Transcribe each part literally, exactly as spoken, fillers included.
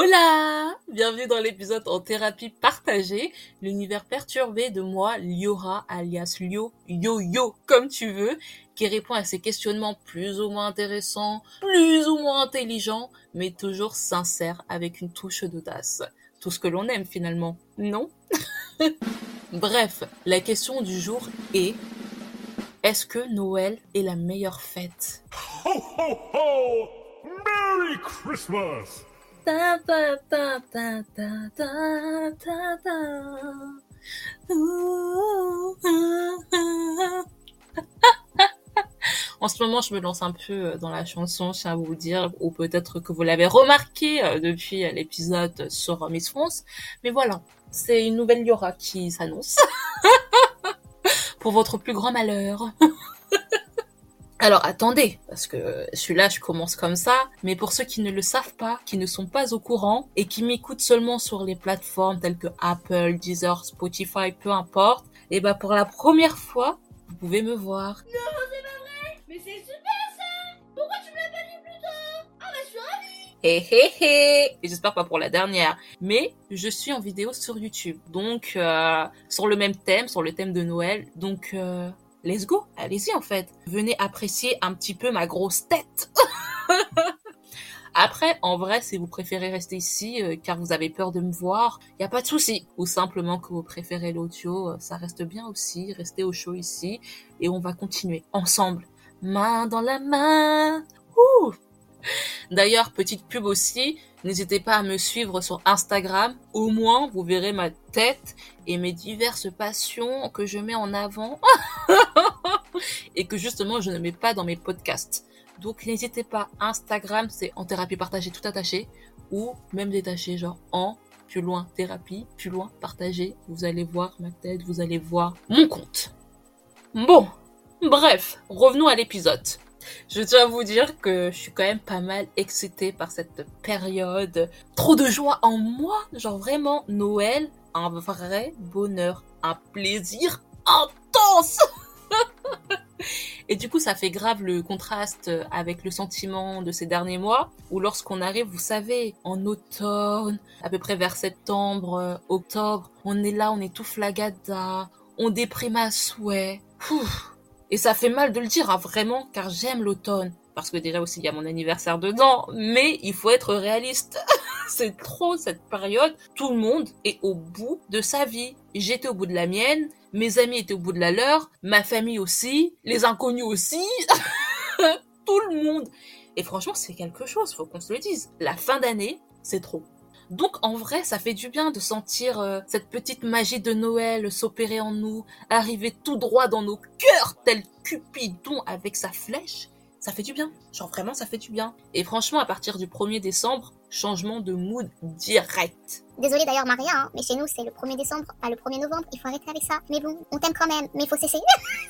Hola! Bienvenue dans l'épisode en thérapie partagée, l'univers perturbé de moi, Liora, alias Lio, Yo-Yo, comme tu veux, qui répond à ces questionnements plus ou moins intéressants, plus ou moins intelligents, mais toujours sincères avec une touche d'audace. Tout ce que l'on aime finalement, non? Bref, la question du jour est: est-ce que Noël est la meilleure fête? Ho ho ho! Merry Christmas! Ta ta ta ta ta ta ta ta. Ouh, ah, ah. En ce moment, je me lance un peu dans la chanson, je tiens à vous dire, ou peut-être que vous l'avez remarqué depuis l'épisode sur Miss France. Mais voilà, c'est une nouvelle Liora qui s'annonce. Pour votre plus grand malheur. Alors attendez, parce que celui-là je commence comme ça, mais pour ceux qui ne le savent pas, qui ne sont pas au courant et qui m'écoutent seulement sur les plateformes telles que Apple, Deezer, Spotify, peu importe, et bah pour la première fois, vous pouvez me voir. Non, c'est pas vrai! Mais c'est super ça! Pourquoi tu me l'as pas dit plus tôt? Ah bah je suis ravie! Hé hé hé! Et j'espère pas pour la dernière, mais je suis en vidéo sur YouTube, donc euh, sur le même thème, sur le thème de Noël, donc... Euh, let's go, allez-y en fait. Venez apprécier un petit peu ma grosse tête. Après, en vrai, si vous préférez rester ici euh, car vous avez peur de me voir, y a pas de souci. Ou simplement que vous préférez l'audio, euh, ça reste bien aussi. Restez au chaud ici et on va continuer ensemble, main dans la main. Ouh. D'ailleurs, petite pub aussi, n'hésitez pas à me suivre sur Instagram. Au moins, vous verrez ma tête et mes diverses passions que je mets en avant et que justement, je ne mets pas dans mes podcasts. Donc, n'hésitez pas. Instagram, c'est en thérapie partagée tout attaché ou même détaché, genre en plus loin thérapie, plus loin partagée. Vous allez voir ma tête, vous allez voir mon compte. Bon, bref, revenons à l'épisode. Je tiens à vous dire que je suis quand même pas mal excitée par cette période. Trop de joie en moi. Genre vraiment, Noël, un vrai bonheur, un plaisir intense. Et du coup, ça fait grave le contraste avec le sentiment de ces derniers mois, où lorsqu'on arrive, vous savez, en automne, à peu près vers septembre, octobre, on est là, on est tout flagada, on déprime à souhait. Ouf. Et ça fait mal de le dire, hein, vraiment, car j'aime l'automne. Parce que déjà aussi, il y a mon anniversaire dedans. Mais il faut être réaliste. C'est trop cette période. Tout le monde est au bout de sa vie. J'étais au bout de la mienne. Mes amis étaient au bout de la leur. Ma famille aussi. Les inconnus aussi. Tout le monde. Et franchement, c'est quelque chose, faut qu'on se le dise. La fin d'année, c'est trop. Donc en vrai, ça fait du bien de sentir euh, cette petite magie de Noël s'opérer en nous, arriver tout droit dans nos cœurs, tel Cupidon avec sa flèche. Ça fait du bien. Genre vraiment, ça fait du bien. Et franchement, à partir du premier décembre, changement de mood direct. Désolée d'ailleurs Maria, hein, mais chez nous c'est le premier décembre, pas le premier novembre, il faut arrêter avec ça. Mais bon, on t'aime quand même, mais il faut cesser.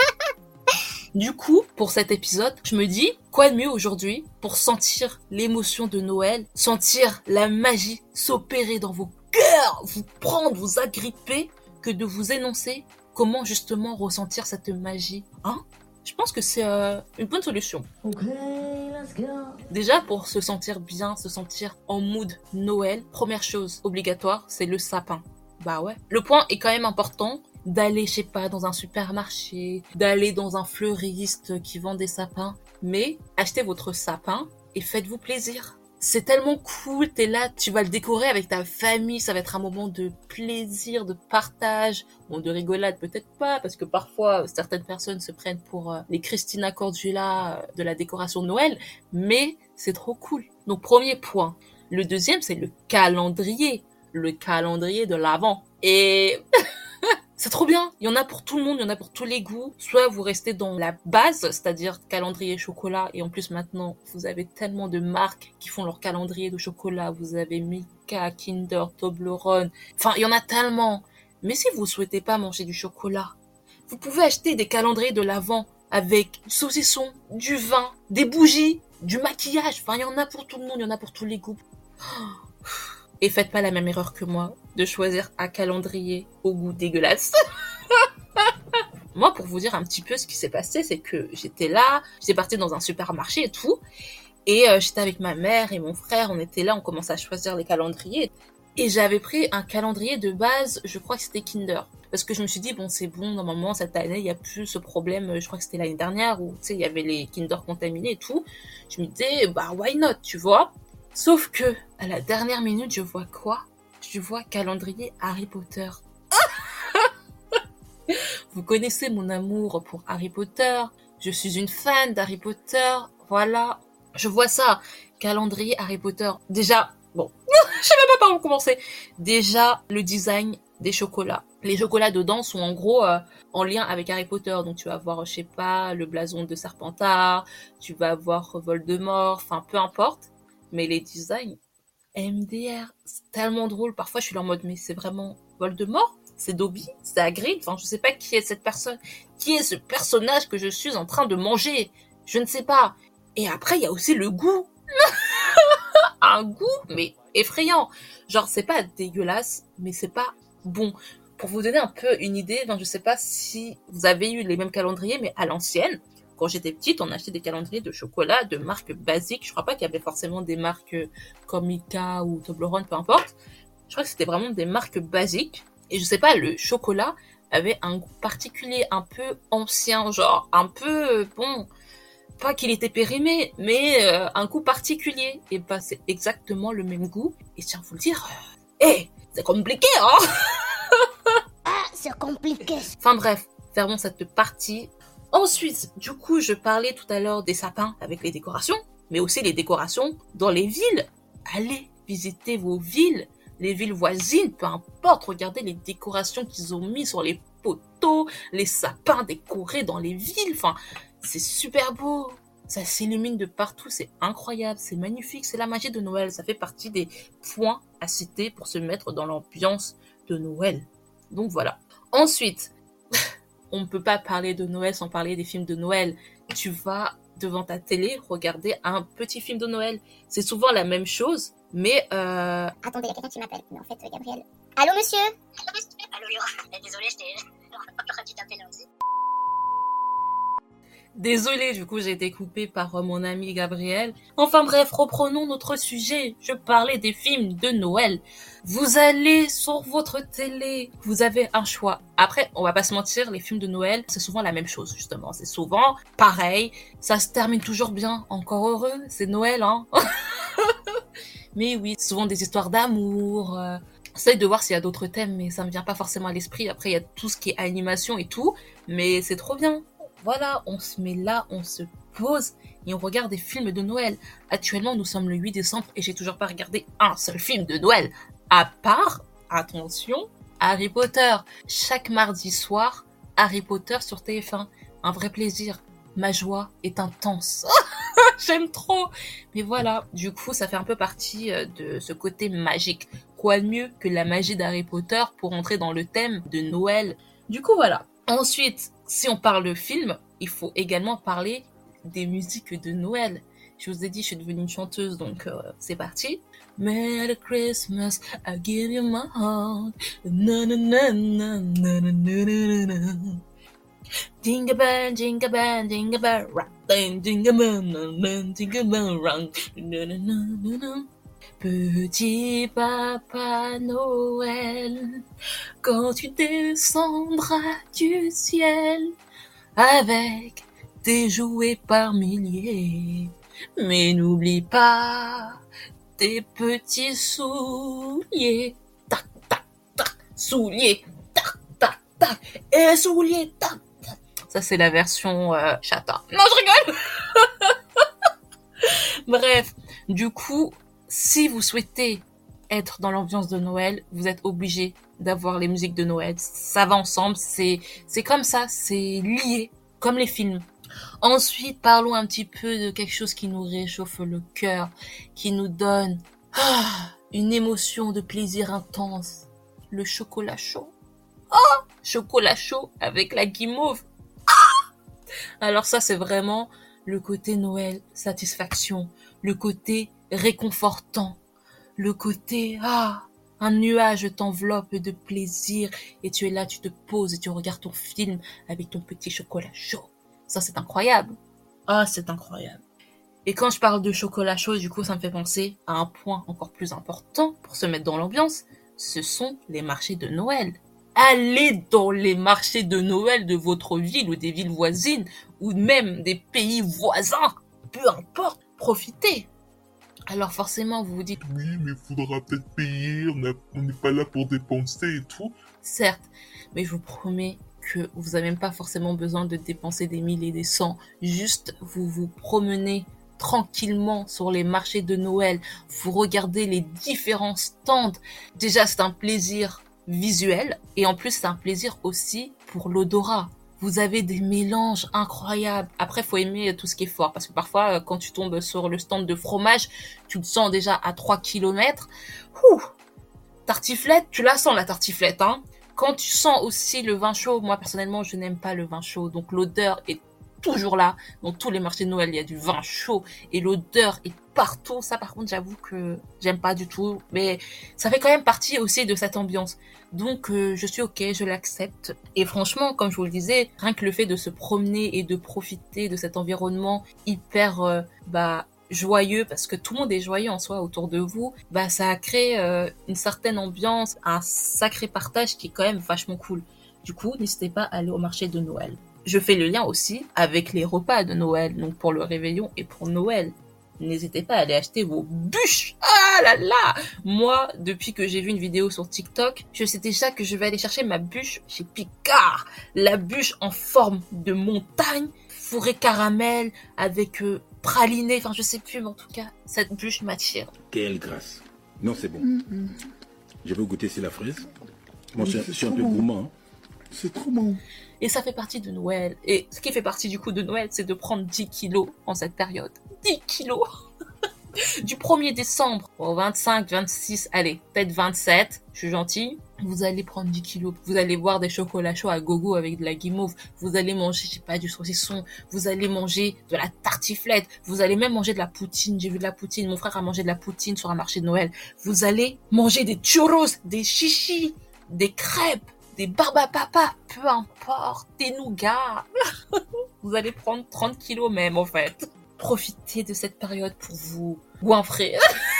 Du coup, pour cet épisode, je me dis, quoi de mieux aujourd'hui pour sentir l'émotion de Noël, sentir la magie s'opérer dans vos cœurs, vous prendre, vous agripper, que de vous énoncer comment justement ressentir cette magie, hein? Je pense que c'est euh, une bonne solution. Ok, let's go. Déjà, pour se sentir bien, se sentir en mood Noël, première chose obligatoire, c'est le sapin. Bah ouais. Le point est quand même important d'aller, je sais pas, dans un supermarché, d'aller dans un fleuriste qui vend des sapins, mais achetez votre sapin et faites-vous plaisir. C'est tellement cool, t'es là, tu vas le décorer avec ta famille, ça va être un moment de plaisir, de partage, bon de rigolade peut-être pas, parce que parfois certaines personnes se prennent pour euh, les Christina Cordula euh, de la décoration de Noël, mais c'est trop cool. Donc premier point. Le deuxième, c'est le calendrier, le calendrier de l'Avent. Et... c'est trop bien, il y en a pour tout le monde, il y en a pour tous les goûts. Soit vous restez dans la base, c'est-à-dire calendrier chocolat, et en plus maintenant, vous avez tellement de marques qui font leur calendrier de chocolat. Vous avez Milka, Kinder, Toblerone, enfin il y en a tellement. Mais si vous souhaitez pas manger du chocolat, vous pouvez acheter des calendriers de l'Avent avec du saucisson, du vin, des bougies, du maquillage. Enfin il y en a pour tout le monde, il y en a pour tous les goûts. Et faites pas la même erreur que moi, de choisir un calendrier au goût dégueulasse. Moi, pour vous dire un petit peu ce qui s'est passé, c'est que j'étais là, j'étais partie dans un supermarché et tout, Et euh, j'étais avec ma mère et mon frère, on était là, on commençait à choisir les calendriers. Et j'avais pris un calendrier de base, je crois que c'était Kinder. Parce que je me suis dit, bon, c'est bon, normalement, cette année, il n'y a plus ce problème, je crois que c'était l'année dernière, où, tu sais, il y avait les Kinder contaminés et tout. Je me disais, bah, why not, tu vois? Sauf que, à la dernière minute, je vois quoi? Je vois calendrier Harry Potter. Vous connaissez mon amour pour Harry Potter. Je suis une fan d'Harry Potter. Voilà. Je vois ça. Calendrier Harry Potter. Déjà, bon, je sais même pas par où commencer. Déjà, le design des chocolats. Les chocolats dedans sont en gros euh, en lien avec Harry Potter. Donc tu vas avoir, je sais pas, le blason de Serpentard. Tu vas avoir Voldemort. Enfin, peu importe. Mais les designs, M D R, c'est tellement drôle. Parfois, je suis là en mode, mais c'est vraiment Voldemort? C'est Dobby? C'est Hagrid? Enfin, je sais pas qui est cette personne. Qui est ce personnage que je suis en train de manger? Je ne sais pas. Et après, il y a aussi le goût. Un goût, mais effrayant. Genre, c'est pas dégueulasse, mais c'est pas bon. Pour vous donner un peu une idée, enfin, je sais pas si vous avez eu les mêmes calendriers, mais à l'ancienne, quand j'étais petite, on achetait des calendriers de chocolat de marques basiques. Je crois pas qu'il y avait forcément des marques comme Milka ou Toblerone, peu importe. Je crois que c'était vraiment des marques basiques. Et je sais pas, le chocolat avait un goût particulier, un peu ancien, genre un peu, bon, pas qu'il était périmé, mais euh, un goût particulier. Et bah c'est exactement le même goût. Et tiens, vous le dire, hé, euh, hey, c'est compliqué, hein. Ah, c'est compliqué. Enfin bref, fermons cette partie. Ensuite, du coup, je parlais tout à l'heure des sapins avec les décorations, mais aussi les décorations dans les villes. Allez visiter vos villes, les villes voisines, peu importe, regardez les décorations qu'ils ont mis sur les poteaux, les sapins décorés dans les villes, enfin, c'est super beau. Ça s'illumine de partout, c'est incroyable, c'est magnifique, c'est la magie de Noël. Ça fait partie des points à citer pour se mettre dans l'ambiance de Noël. Donc voilà. Ensuite, on ne peut pas parler de Noël sans parler des films de Noël. Tu vas devant ta télé regarder un petit film de Noël. C'est souvent la même chose, mais... Euh... Attendez, il y a quelqu'un qui m'appelle. Mais en fait, Gabriel... Allô, monsieur? Allô, Laura. Désolée, je t'ai... J'aurais dû t'appeler lundi. Désolée, du coup, j'ai été coupée par euh, mon ami Gabriel. Enfin bref, reprenons notre sujet. Je parlais des films de Noël. Vous allez sur votre télé, vous avez un choix. Après, on va pas se mentir, les films de Noël, c'est souvent la même chose, justement. C'est souvent pareil. Ça se termine toujours bien. Encore heureux, c'est Noël, hein. Mais oui, souvent des histoires d'amour. Euh... J'essaie de voir s'il y a d'autres thèmes, mais ça me vient pas forcément à l'esprit. Après, il y a tout ce qui est animation et tout. Mais c'est trop bien. Voilà, on se met là, on se pose et on regarde des films de Noël. Actuellement, nous sommes le huit décembre et j'ai toujours pas regardé un seul film de Noël. À part, attention, Harry Potter. Chaque mardi soir, Harry Potter sur T F un. Un vrai plaisir. Ma joie est intense. J'aime trop. Mais voilà, du coup, ça fait un peu partie de ce côté magique. Quoi de mieux que la magie d'Harry Potter pour entrer dans le thème de Noël. Du coup, voilà. Ensuite, si on parle de film, il faut également parler des musiques de Noël. Je vous ai dit, je suis devenue une chanteuse, donc euh, c'est parti. Merry Christmas, I give you my heart. Na na na na na na na na. Jingle bell, jingle bell, jingle bell rock, jingle bell, jingle bell rock. Na na na na na. Petit Papa Noël, quand tu descendras du ciel avec tes jouets par milliers, mais n'oublie pas tes petits souliers, tac tac tac, souliers, tac tac tac, et souliers, tac tac. Ça c'est la version euh, chata. Non, je rigole. Bref, du coup, si vous souhaitez être dans l'ambiance de Noël, vous êtes obligé d'avoir les musiques de Noël. Ça va ensemble, c'est c'est comme ça, c'est lié, comme les films. Ensuite, parlons un petit peu de quelque chose qui nous réchauffe le cœur, qui nous donne ah, une émotion de plaisir intense. Le chocolat chaud. Ah, chocolat chaud avec la guimauve. Ah, alors ça, c'est vraiment le côté Noël, satisfaction, le côté réconfortant, le côté ah un nuage t'enveloppe de plaisir et tu es là, tu te poses et tu regardes ton film avec ton petit chocolat chaud. Ça c'est incroyable. Ah c'est incroyable. Et quand je parle de chocolat chaud, du coup, ça me fait penser à un point encore plus important pour se mettre dans l'ambiance. Ce sont les marchés de Noël. Allez dans les marchés de Noël de votre ville ou des villes voisines ou même des pays voisins. Peu importe, profitez. Alors forcément, vous vous dites... Oui, mais il faudra peut-être payer, on n'est pas là pour dépenser et tout. Certes, mais je vous promets que vous n'avez même pas forcément besoin de dépenser des mille et des cents. Juste, vous vous promenez tranquillement sur les marchés de Noël, vous regardez les différents stands. Déjà, c'est un plaisir visuel et en plus, c'est un plaisir aussi pour l'odorat. Vous avez des mélanges incroyables. Après, faut aimer tout ce qui est fort parce que parfois, quand tu tombes sur le stand de fromage, tu te sens déjà à trois kilomètres. Ouh, tartiflette, tu la sens la tartiflette, hein. Quand tu sens aussi le vin chaud, moi personnellement, je n'aime pas le vin chaud, donc l'odeur est toujours là. Dans tous les marchés de Noël, il y a du vin chaud et l'odeur est partout. Ça, par contre, j'avoue que j'aime pas du tout, mais ça fait quand même partie aussi de cette ambiance. Donc, euh, je suis ok, je l'accepte. Et franchement, comme je vous le disais, rien que le fait de se promener et de profiter de cet environnement hyper, euh, bah, joyeux, parce que tout le monde est joyeux en soi autour de vous, bah, ça a créé euh, une certaine ambiance, un sacré partage qui est quand même vachement cool. Du coup, n'hésitez pas à aller au marché de Noël. Je fais le lien aussi avec les repas de Noël, donc pour le réveillon et pour Noël. N'hésitez pas à aller acheter vos bûches. Ah là là! Moi, depuis que j'ai vu une vidéo sur TikTok, je sais déjà que je vais aller chercher ma bûche chez Picard. La bûche en forme de montagne, fourrée caramel, avec euh, praliné, enfin je sais plus, mais en tout cas, cette bûche m'attire. Quelle grâce. Non, c'est bon. Mm-hmm. Je veux goûter, c'est la fraise. Moi, Oui, je, je suis un peu bon. gourmand. Hein. C'est trop bon. Et ça fait partie de Noël. Et ce qui fait partie du coup de Noël, c'est de prendre dix kilos en cette période. dix kilos Du premier décembre au vingt-cinq, vingt-six, allez, peut-être vingt-sept, je suis gentille. Vous allez prendre dix kilos. Vous allez boire des chocolats chauds à gogo avec de la guimauve. Vous allez manger, je sais pas, du saucisson. Vous allez manger de la tartiflette. Vous allez même manger de la poutine. J'ai vu de la poutine. Mon frère a mangé de la poutine sur un marché de Noël. Vous allez manger des churros, des chichis, des crêpes, des barbapapa, peu importe, des nougats. Vous allez prendre trente kilos même, en fait. Profitez de cette période pour vous goinfrer.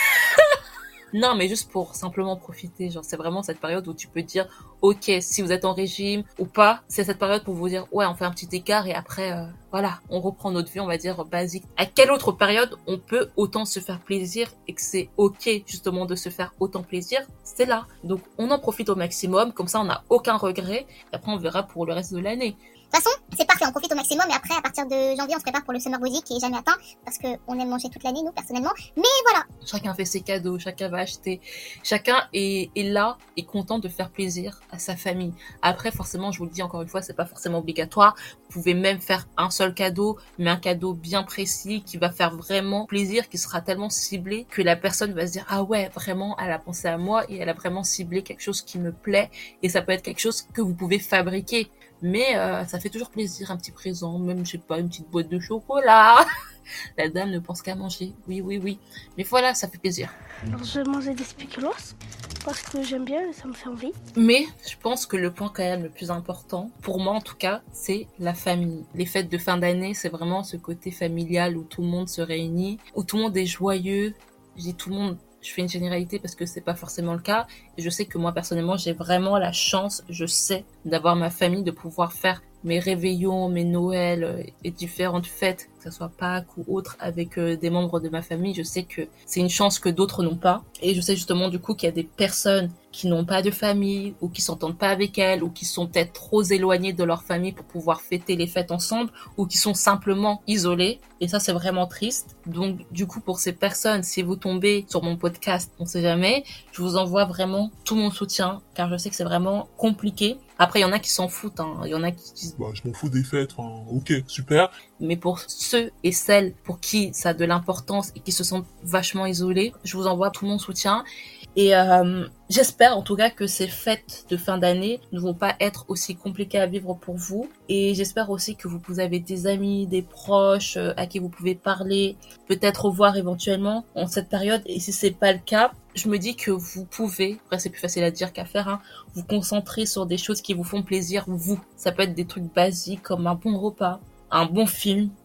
Non, mais juste pour simplement profiter. Genre, c'est vraiment cette période où tu peux dire, ok, si vous êtes en régime ou pas, c'est cette période pour vous dire, ouais, on fait un petit écart et après, euh, voilà, on reprend notre vie, on va dire, basique. À quelle autre période on peut autant se faire plaisir et que c'est ok, justement, de se faire autant plaisir? C'est là. Donc, on en profite au maximum. Comme ça, on n'a aucun regret. Et après, on verra pour le reste de l'année. De toute façon, c'est parfait, on profite au maximum, et après, à partir de janvier, on se prépare pour le Summer Body qui est jamais atteint, parce qu'on aime manger toute l'année, nous, personnellement. Mais voilà. Chacun fait ses cadeaux, chacun va acheter. Chacun est, est là et content de faire plaisir à sa famille. Après, forcément, je vous le dis encore une fois, c'est pas forcément obligatoire. Vous pouvez même faire un seul cadeau, mais un cadeau bien précis qui va faire vraiment plaisir, qui sera tellement ciblé que la personne va se dire, ah ouais, vraiment, elle a pensé à moi et elle a vraiment ciblé quelque chose qui me plaît. Et ça peut être quelque chose que vous pouvez fabriquer. Mais euh, ça fait toujours plaisir, un petit présent, même, je sais pas, une petite boîte de chocolat. La dame ne pense qu'à manger, oui, oui, oui. Mais voilà, ça fait plaisir. Alors, je vais manger des spéculoos parce que j'aime bien et ça me fait envie. Mais je pense que le point quand même le plus important, pour moi en tout cas, c'est la famille. Les fêtes de fin d'année, c'est vraiment ce côté familial où tout le monde se réunit, où tout le monde est joyeux. Je dis tout le monde, je fais une généralité parce que c'est pas forcément le cas. Et je sais que moi personnellement, j'ai vraiment la chance, je sais, d'avoir ma famille, de pouvoir faire mes réveillons, mes Noëls et différentes fêtes, que ce soit Pâques ou autres, avec euh, des membres de ma famille. Je sais que c'est une chance que d'autres n'ont pas. Et je sais justement du coup qu'il y a des personnes qui n'ont pas de famille ou qui s'entendent pas avec elles ou qui sont peut-être trop éloignées de leur famille pour pouvoir fêter les fêtes ensemble ou qui sont simplement isolées. Et ça, c'est vraiment triste. Donc, du coup, pour ces personnes, si vous tombez sur mon podcast, on sait jamais, je vous envoie vraiment tout mon soutien car je sais que c'est vraiment compliqué. Après, il y en a qui s'en foutent, hein. Il y en a qui disent... Bah, je m'en fous des fêtes, hein. Ok, super. Mais pour ceux et celles pour qui ça a de l'importance et qui se sentent vachement isolés, je vous envoie tout mon soutien. Et euh, j'espère en tout cas que ces fêtes de fin d'année ne vont pas être aussi compliquées à vivre pour vous. Et j'espère aussi que vous, vous avez des amis, des proches euh, à qui vous pouvez parler, peut-être revoir éventuellement en cette période. Et si c'est pas le cas, je me dis que vous pouvez, après c'est plus facile à dire qu'à faire, hein, vous concentrer sur des choses qui vous font plaisir, vous. Ça peut être des trucs basiques comme un bon repas, un bon film,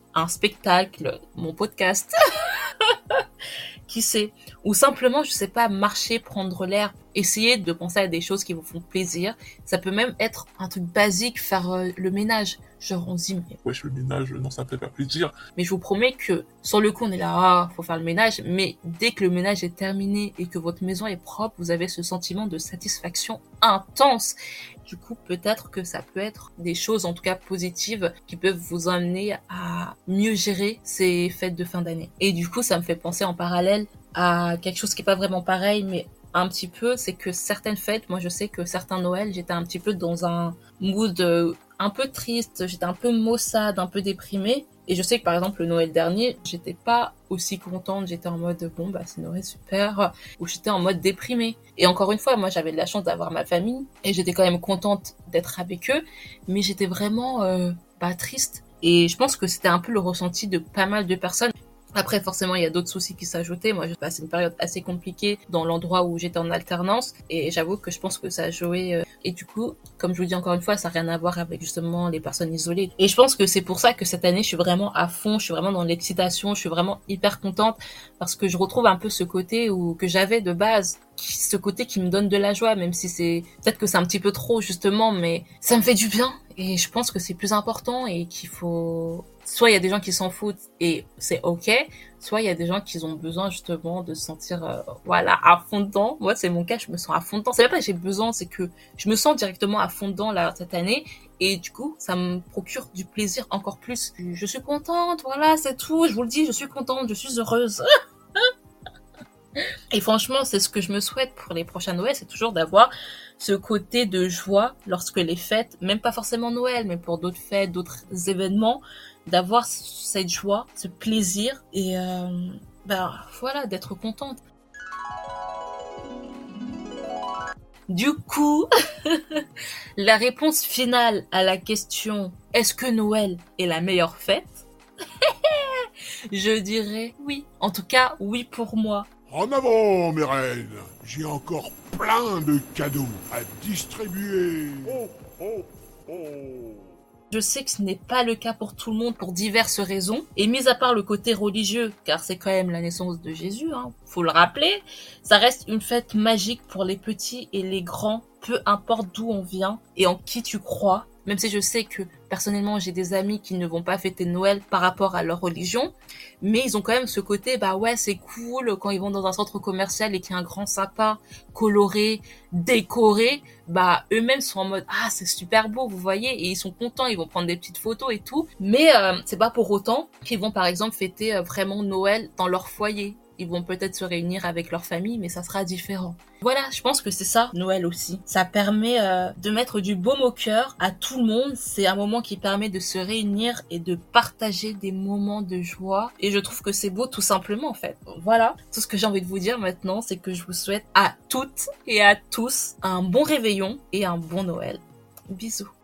un spectacle, mon podcast, qui sait, ou simplement, je sais pas, marcher, prendre l'air, essayer de penser à des choses qui vous font plaisir. Ça peut même être un truc basique, faire euh, le ménage. Genre, on se dit, mais... Wesh, le ménage, non, ça me fait pas plaisir. mais je vous promets que, sur le coup, on est là, ah, faut faire le ménage, mais dès que le ménage est terminé et que votre maison est propre, vous avez ce sentiment de satisfaction intense. Du coup, peut-être que ça peut être des choses, en tout cas positives, qui peuvent vous amener à mieux gérer ces fêtes de fin d'année. Et du coup, ça me fait penser en parallèle à quelque chose qui est pas vraiment pareil, mais un petit peu, c'est que certaines fêtes, moi je sais que certains Noëls, j'étais un petit peu dans un mood euh, un peu triste, j'étais un peu maussade, un peu déprimée. Et je sais que par exemple le Noël dernier, j'étais pas aussi contente, j'étais en mode bon bah c'est Noël super, ou j'étais en mode déprimée. Et encore une fois, moi j'avais de la chance d'avoir ma famille et j'étais quand même contente d'être avec eux, mais j'étais vraiment euh, pas triste. Et je pense que c'était un peu le ressenti de pas mal de personnes. Après, forcément, il y a d'autres soucis qui s'ajoutaient. Moi, j'ai passé une période assez compliquée dans l'endroit où j'étais en alternance. Et j'avoue que je pense que ça a joué. Euh... Et du coup, comme je vous dis encore une fois, ça n'a rien à voir avec justement les personnes isolées. Et je pense que c'est pour ça que cette année, je suis vraiment à fond. Je suis vraiment dans l'excitation. Je suis vraiment hyper contente parce que je retrouve un peu ce côté où, que j'avais de base. Ce côté qui me donne de la joie, même si c'est... Peut-être que c'est un petit peu trop, justement, mais ça me fait du bien. Et je pense que c'est plus important et qu'il faut... Soit il y a des gens qui s'en foutent et c'est ok, soit il y a des gens qui ont besoin justement de se sentir euh, voilà, à fond dedans. Moi, c'est mon cas, je me sens à fond dedans. C'est même pas que j'ai besoin, c'est que je me sens directement à fond dedans là, cette année. Et du coup, ça me procure du plaisir encore plus. Je suis contente, voilà, c'est tout. Je vous le dis, je suis contente, je suis heureuse. Et franchement, c'est ce que je me souhaite pour les prochains Noëls, c'est toujours d'avoir ce côté de joie lorsque les fêtes, même pas forcément Noël, mais pour d'autres fêtes, d'autres événements, d'avoir cette joie, ce plaisir et euh, ben voilà, d'être contente. Du coup, la réponse finale à la question « Est-ce que Noël est la meilleure fête ?» Je dirais oui. En tout cas, oui pour moi. En avant, mes reines. J'ai encore plein de cadeaux à distribuer. Oh, oh, oh. Je sais que ce n'est pas le cas pour tout le monde pour diverses raisons. Et mis à part le côté religieux, car c'est quand même la naissance de Jésus, hein, faut le rappeler, ça reste une fête magique pour les petits et les grands, peu importe d'où on vient et en qui tu crois. Même si je sais que personnellement j'ai des amis qui ne vont pas fêter Noël par rapport à leur religion, mais ils ont quand même ce côté, bah ouais c'est cool quand ils vont dans un centre commercial et qu'il y a un grand sapin coloré, décoré, bah eux-mêmes sont en mode ah c'est super beau vous voyez, et ils sont contents, ils vont prendre des petites photos et tout, mais euh, c'est pas pour autant qu'ils vont par exemple fêter euh, vraiment Noël dans leur foyer. Ils vont peut-être se réunir avec leur famille, mais ça sera différent. Voilà, je pense que c'est ça, Noël aussi. Ça permet euh, de mettre du baume au cœur à tout le monde. C'est un moment qui permet de se réunir et de partager des moments de joie. Et je trouve que c'est beau tout simplement, en fait. Voilà, tout ce que j'ai envie de vous dire maintenant, c'est que je vous souhaite à toutes et à tous un bon réveillon et un bon Noël. Bisous.